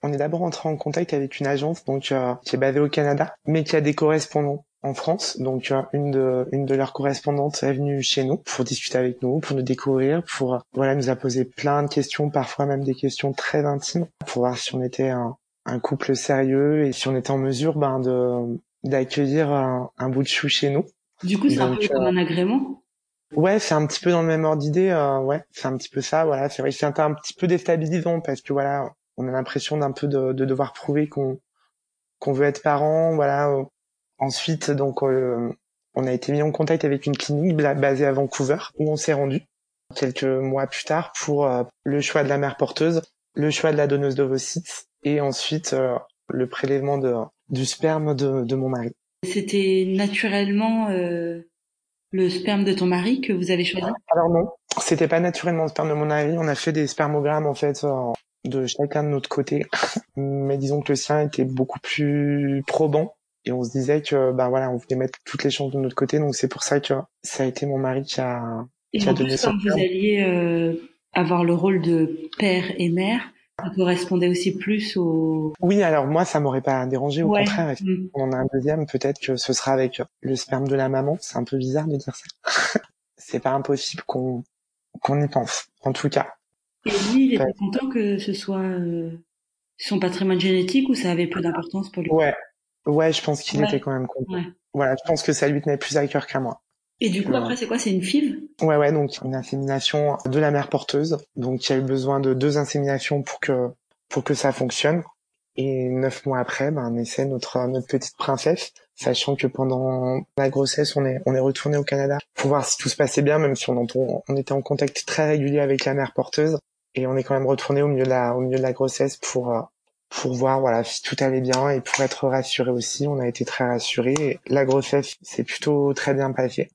on est d'abord entré en contact avec une agence donc euh, qui est basée au Canada, mais qui a des correspondants en France. Donc euh, une de une de leurs correspondantes est venue chez nous pour discuter avec nous, pour nous découvrir, pour euh, voilà nous a posé plein de questions, parfois même des questions très intimes, pour voir si on était un, un couple sérieux et si on était en mesure ben de d'accueillir un, un bout de chou chez nous. Du coup, c'est un Donc peu euh, comme un agrément. ouais, c'est un petit peu dans le même ordre d'idée. Euh, ouais, c'est un petit peu ça. Voilà, c'est vrai que c'est un, un petit peu déstabilisant parce que voilà, on a l'impression d'un peu de, de devoir prouver qu'on qu'on veut être parent. Voilà. Euh, Ensuite, donc, euh, on a été mis en contact avec une clinique bla- basée à Vancouver où on s'est rendu quelques mois plus tard pour euh, le choix de la mère porteuse, le choix de la donneuse d'ovocytes et ensuite euh, le prélèvement de du sperme de, de mon mari. C'était naturellement euh, le sperme de ton mari que vous avez choisi? Alors non, c'était pas naturellement le sperme de mon mari. On a fait des spermogrammes en fait euh, de chacun de notre côté, mais disons que le sien était beaucoup plus probant. Et on se disait que ben voilà, on voulait mettre toutes les chances de notre côté, donc c'est pour ça que ça a été mon mari qui a Et qui a en donné plus, son comme vous sperme. alliez euh, avoir le rôle de père et mère, ça correspondait aussi plus au... Oui, alors moi ça m'aurait pas dérangé, au Ouais. contraire. Mm. On en a un deuxième, peut-être que ce sera avec le sperme de la maman. C'est un peu bizarre de dire ça. C'est pas impossible qu'on qu'on y pense, en tout cas. Et lui, il était content que ce soit euh, son patrimoine génétique ou ça avait peu d'importance pour lui? Ouais, ouais, je pense qu'il était Ouais. quand même content. Ouais. Voilà, je pense que ça lui tenait plus à cœur qu'à moi. Et du Que... coup, après, c'est quoi? C'est une F I V? Ouais, ouais, donc une insémination de la mère porteuse. Donc il y a eu besoin de deux inséminations pour que pour que ça fonctionne. Et neuf mois après, ben, on essaie notre notre petite princesse, sachant que pendant la grossesse, on est on est retourné au Canada pour voir si tout se passait bien, même si on entend, on était en contact très régulier avec la mère porteuse. Et on est quand même retourné au milieu de la au milieu de la grossesse pour euh, pour voir voilà si tout allait bien et pour être rassuré aussi. On a été très rassurés. Et la grossesse s'est plutôt très bien passée.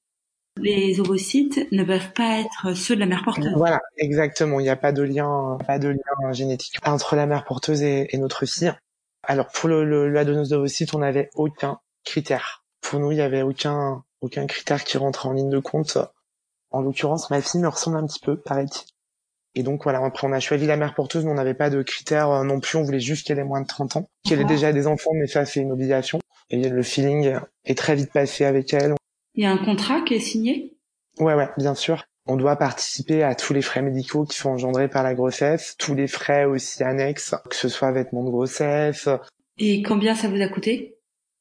Les ovocytes ne peuvent pas être ceux de la mère porteuse. Voilà, exactement. Il n'y a pas de lien, pas de lien génétique entre la mère porteuse et, et notre fille. Alors pour le, le la donneuse d'ovocytes, on n'avait aucun critère. Pour nous, il y avait aucun aucun critère qui rentrait en ligne de compte. En l'occurrence, ma fille me ressemble un petit peu, paraît-il. Et donc voilà, après on a choisi la mère porteuse, mais on n'avait pas de critères euh, non plus. On voulait juste qu'elle ait moins de trente ans, qu'elle ait déjà des enfants, mais ça c'est une obligation. Et le feeling est très vite passé avec elle. Il y a un contrat qui est signé? Ouais, ouais, bien sûr. On doit participer à tous les frais médicaux qui sont engendrés par la grossesse, tous les frais aussi annexes, que ce soit vêtements de grossesse. Et combien ça vous a coûté?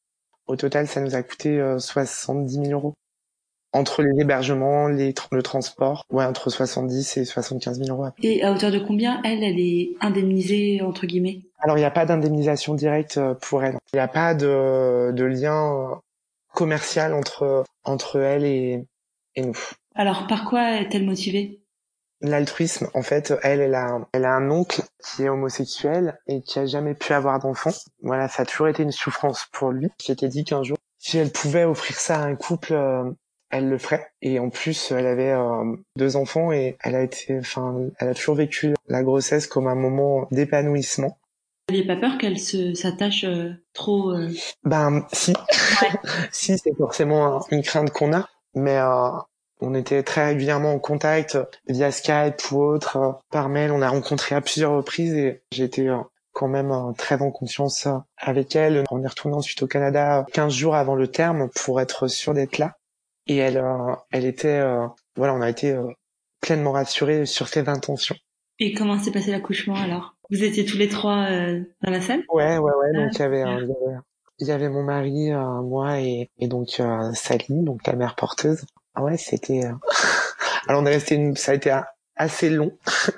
Au total, ça nous a coûté euh, soixante-dix mille euros. Entre les hébergements, les tr- le transport, ouais, entre soixante-dix et soixante-quinze mille euros. Et à hauteur de combien, elle, elle est indemnisée, entre guillemets? Alors, il n'y a pas d'indemnisation directe euh, pour elle. Il n'y a pas de, de lien euh, commercial entre, entre elle et, et nous. Alors, par quoi est-elle motivée? L'altruisme, en fait, elle, elle a, elle a un oncle qui est homosexuel et qui a jamais pu avoir d'enfant. Voilà, ça a toujours été une souffrance pour lui. Qui s'était dit qu'un jour, si elle pouvait offrir ça à un couple, euh, elle le ferait. Et en plus, elle avait euh, deux enfants et elle a été, enfin, elle a toujours vécu la grossesse comme un moment d'épanouissement. Vous n'aviez pas peur qu'elle se s'attache euh, trop euh... Ben, si, Ouais. si, c'est forcément une crainte qu'on a, mais euh, on était très régulièrement en contact via Skype ou autre, euh, par mail. On a rencontré à plusieurs reprises et j'étais euh, quand même euh, très en confiance euh, avec elle. On est retourné ensuite au Canada quinze jours avant le terme pour être sûr d'être là. Et elle, euh, elle était, euh, voilà, on a été euh, pleinement rassurés sur ses intentions. Et comment s'est passé l'accouchement alors? Vous étiez tous les trois euh, dans la salle? Ouais, ouais, ouais. Ah, Donc il y avait, euh, super. il y avait, il y avait mon mari, euh, moi et, et donc euh, Sally, donc la mère porteuse. Ah ouais, c'était. euh, Alors on est resté, une... ça a été assez long,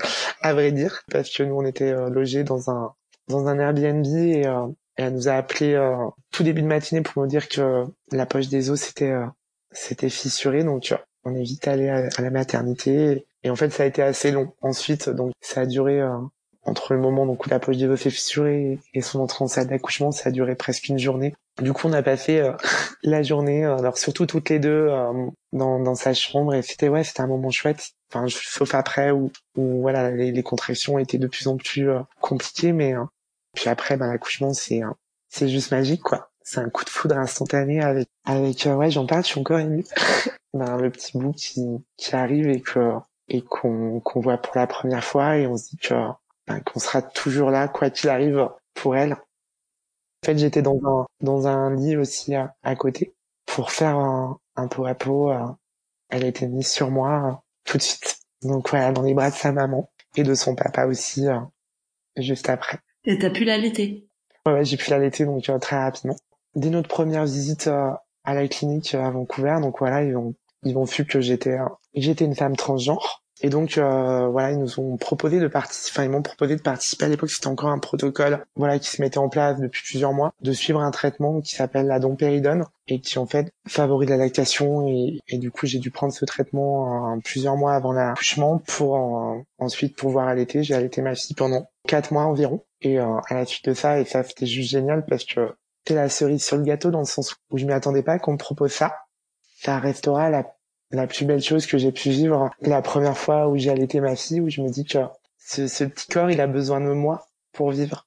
à vrai dire, parce que nous on était euh, logés dans un dans un Airbnb et, euh, et elle nous a appelé euh, tout début de matinée pour nous dire que la poche des os s'était euh, s'était fissurée, donc euh, on est vite allé à, à la maternité et en fait ça a été assez long. Ensuite, donc ça a duré euh, entre le moment donc où la poche des os s'est fissurée et son entrée en salle d'accouchement, ça a duré presque une journée. Du coup, on a passé euh, la journée, euh, alors surtout toutes les deux, euh, dans, dans sa chambre, et c'était ouais, c'était un moment chouette. Enfin, je- sauf après où, où voilà, les, les contractions étaient de plus en plus euh, compliquées, mais euh, puis après, ben l'accouchement, c'est euh, c'est juste magique, quoi. C'est un coup de foudre instantané avec avec euh, ouais, j'en parle, je suis encore émue. Ben le petit bout qui qui arrive et que et qu'on qu'on voit pour la première fois et on se dit que ben, qu'on sera toujours là quoi qu'il arrive pour elle. En fait, j'étais dans un dans un lit aussi à, à côté pour faire un, un pot à pot. euh, Elle a été mise sur moi euh, tout de suite. Donc voilà, dans les bras de sa maman et de son papa aussi euh, juste après. Et t'as pu l'allaiter? Ouais, ouais, j'ai pu l'allaiter donc euh, très rapidement. Dès notre première visite euh, à la clinique euh, à Vancouver, donc voilà, ils ont ils ont vu que j'étais euh, j'étais une femme transgenre. Et donc euh, voilà, ils nous ont proposé de participer, enfin ils m'ont proposé de participer à l'époque, c'était encore un protocole, voilà, qui se mettait en place depuis plusieurs mois, de suivre un traitement qui s'appelle la dompéridone et qui en fait favorise la lactation et, et du coup j'ai dû prendre ce traitement euh, plusieurs mois avant l'accouchement pour euh, ensuite pouvoir allaiter. J'ai allaité ma fille pendant quatre mois environ et euh, à la suite de ça, et ça c'était juste génial parce que c'était la cerise sur le gâteau dans le sens où je m'y attendais pas qu'on me propose ça. Ça restera la la plus belle chose que j'ai pu vivre la première fois où j'ai allaité ma fille, où je me dis que ce, ce petit corps, il a besoin de moi pour vivre.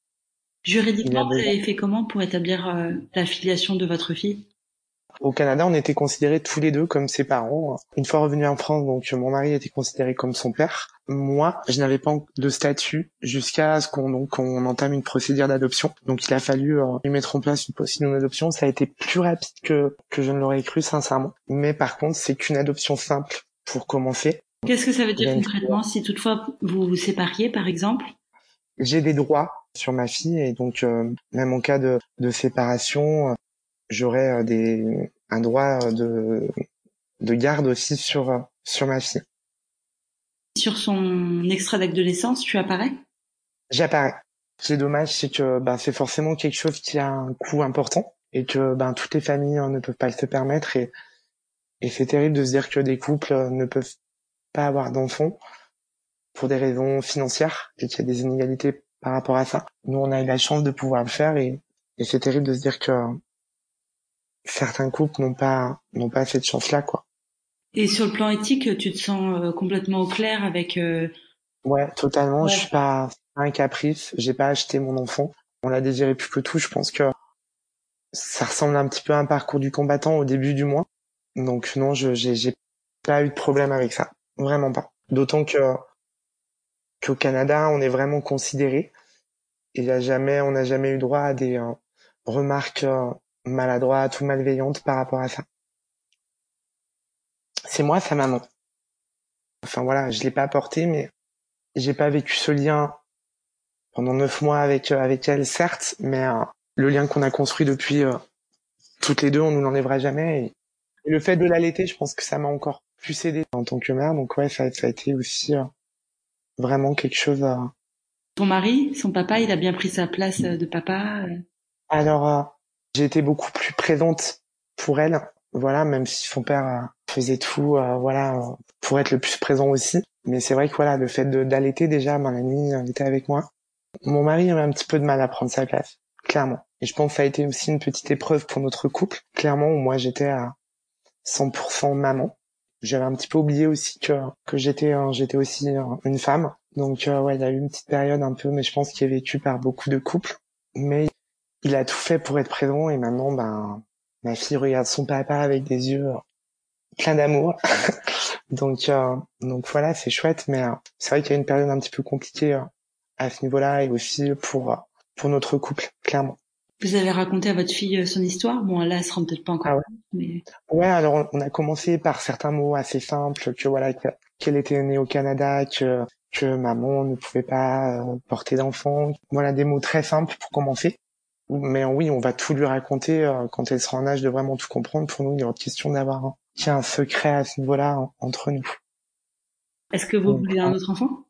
Il a Juridiquement, vous besoin. avez fait comment pour établir euh, la filiation de votre fille? Au Canada, on était considérés tous les deux comme ses parents. Une fois revenu en France, donc mon mari était considéré comme son père. Moi, je n'avais pas de statut jusqu'à ce qu'on donc on entame une procédure d'adoption. Donc il a fallu euh, mettre en place une procédure d'adoption. Ça a été plus rapide que que je ne l'aurais cru sincèrement. Mais par contre, c'est qu'une adoption simple pour commencer. Qu'est-ce que ça veut Il y dire a une concrètement si toutefois vous vous sépariez, par exemple? J'ai des droits sur ma fille et donc euh, même en cas de, de séparation, euh, j'aurai euh, des un droit euh, de de garde aussi sur euh, sur ma fille. Sur son extrait d'acte de naissance, tu apparais? J'apparais. Ce qui est dommage, c'est que bah, c'est forcément quelque chose qui a un coût important et que ben toutes les familles hein, ne peuvent pas se permettre et et c'est terrible de se dire que des couples euh, ne peuvent pas avoir d'enfants pour des raisons financières et qu'il y a des inégalités par rapport à ça. Nous, on a eu la chance de pouvoir le faire et et c'est terrible de se dire que certains couples n'ont pas n'ont pas cette chance-là, quoi. Et sur le plan éthique, tu te sens euh, complètement au clair avec... euh, Ouais, totalement. Je Ouais. suis pas un caprice. J'ai pas acheté mon enfant. On l'a désiré plus que tout. Je pense que ça ressemble un petit peu à un parcours du combattant au début du mois. Donc non, je j'ai j'ai pas eu de problème avec ça. Vraiment pas. D'autant que qu'au Canada, on est vraiment considéré. Il y a jamais, on n'a jamais eu droit à des euh, remarques euh, maladroites ou malveillantes par rapport à ça. C'est moi, sa maman. Enfin voilà, je l'ai pas porté, mais j'ai pas vécu ce lien pendant neuf mois avec euh, avec elle, certes, mais euh, le lien qu'on a construit depuis euh, toutes les deux, on ne l'enlèvera jamais. Et, et le fait de l'allaiter, je pense que ça m'a encore plus aidé en tant que mère. Donc ouais, ça, ça a été aussi euh, vraiment quelque chose. Euh... Ton mari, son papa, il a bien pris sa place euh, de papa. euh. Alors, euh, j'ai été beaucoup plus présente pour elle. Voilà, même si son père euh, faisait tout, euh, voilà, euh, pour être le plus présent aussi. Mais c'est vrai que voilà, le fait de d'allaiter déjà, ben, la nuit, il était avec moi. Mon mari avait un petit peu de mal à prendre sa place, clairement. Et je pense que ça a été aussi une petite épreuve pour notre couple, clairement, où moi j'étais à cent pour cent maman. J'avais un petit peu oublié aussi que que j'étais euh, j'étais aussi euh, une femme. Donc euh, ouais, il y a eu une petite période un peu, mais je pense qui est vécue par beaucoup de couples. Mais il a tout fait pour être présent et maintenant, ben, ma fille regarde son papa avec des yeux euh, pleins d'amour. donc euh, donc voilà, c'est chouette, mais euh, c'est vrai qu'il y a une période un petit peu compliquée euh, à ce niveau-là et aussi pour euh, pour notre couple, clairement. Vous avez raconté à votre fille euh, son histoire? Bon, là, elle se rend peut-être pas Ah encore ouais. compte, mais... Ouais, alors on on a commencé par certains mots assez simples, que voilà, que- qu'elle était née au Canada, que que maman ne pouvait pas euh, porter d'enfant. Voilà, des mots très simples pour commencer. Mais oui, on va tout lui raconter euh, quand elle sera en âge de vraiment tout comprendre. Pour nous, il y aura question d'avoir un, qu'il y a un secret à ce niveau-là en- entre nous. Est-ce que vous Donc, voulez un autre enfant?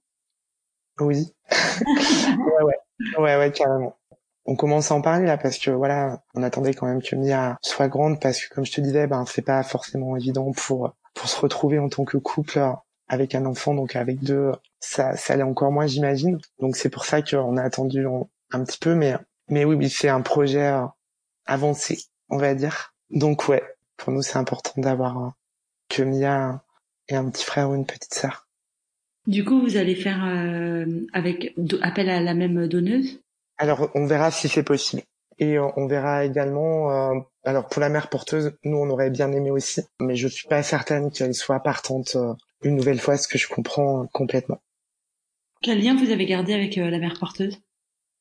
oui, ouais, ouais, ouais, ouais, carrément. On commence à en parler là parce que voilà, on attendait quand même que Mia soit grande parce que comme je te disais, ben c'est pas forcément évident pour pour se retrouver en tant que couple euh, avec un enfant, donc avec deux, ça ça l'est encore moins, j'imagine. Donc c'est pour ça qu'on a attendu un, un petit peu, mais mais oui, oui, c'est un projet euh, avancé, on va dire. Donc ouais, pour nous c'est important d'avoir euh, que Mia ait un petit frère ou une petite sœur. Du coup, vous allez faire euh, avec do- appel à la même donneuse? Alors, on verra si c'est possible. Et euh, on verra également, euh, alors pour la mère porteuse, nous on aurait bien aimé aussi, mais je suis pas certaine qu'elle soit partante euh, une nouvelle fois, ce que je comprends euh, complètement. Quel lien vous avez gardé avec euh, la mère porteuse?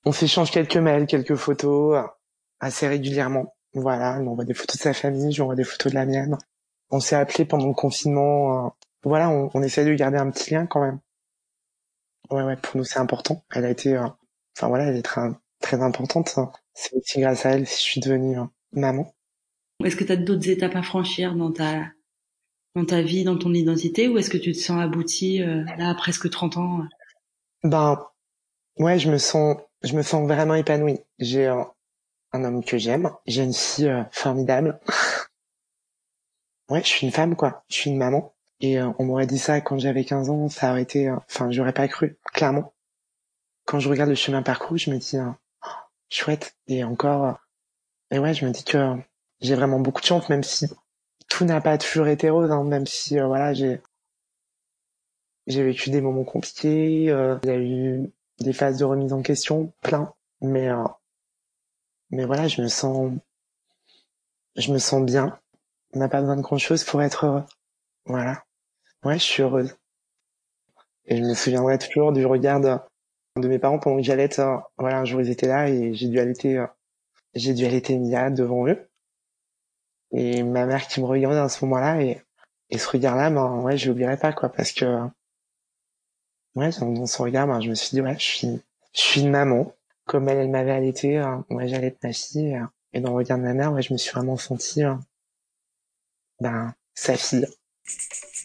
On s'échange quelques mails, quelques photos, euh, assez régulièrement. Voilà, elle m'envoie des photos de sa famille, je lui envoie des photos de la mienne. On s'est appelé pendant le confinement. euh, voilà, on, on essaie de garder un petit lien quand même. Ouais, ouais, pour nous c'est important. Elle a été, euh, enfin voilà, elle est très, très importante. hein. C'est aussi grâce à elle si je suis devenue euh, maman. Est-ce que tu as d'autres étapes à franchir dans ta dans ta vie, dans ton identité, ou est-ce que tu te sens abouti euh, là à presque trente ans? euh Ben ouais, je me sens, je me sens vraiment épanouie. J'ai un, un homme que j'aime, j'ai une fille euh, formidable. Ouais, je suis une femme quoi, je suis une maman. Et euh, on m'aurait dit ça quand j'avais quinze ans, ça aurait été, euh, enfin j'aurais pas cru, clairement. Quand je regarde le chemin parcouru, je me dis euh, chouette. Et encore, euh, et ouais, je me dis que j'ai vraiment beaucoup de chance, même si tout n'a pas toujours été rose, hein, même si euh, voilà, j'ai j'ai vécu des moments compliqués, euh, il y a eu des phases de remise en question, plein. Mais euh, mais voilà, je me sens je me sens bien. On n'a pas besoin de grand chose pour être heureux. Voilà. Ouais, je suis heureuse. Et je me souviendrai toujours du regard de, de mes parents pendant que j'allais, euh, voilà, un jour ils étaient là et j'ai dû allaiter, euh, j'ai dû allaiter Mia devant eux. Et ma mère qui me regardait à ce moment-là et, et ce regard-là, ben, ouais, je l'oublierai pas, quoi, parce que, ouais, dans, dans son regard, ben, je me suis dit, ouais, je suis, je suis une maman. Comme elle, elle m'avait allaité, euh, ouais, j'allaite ma fille, euh, et dans le regard de ma mère, ouais, je me suis vraiment sentie, euh, ben, sa fille.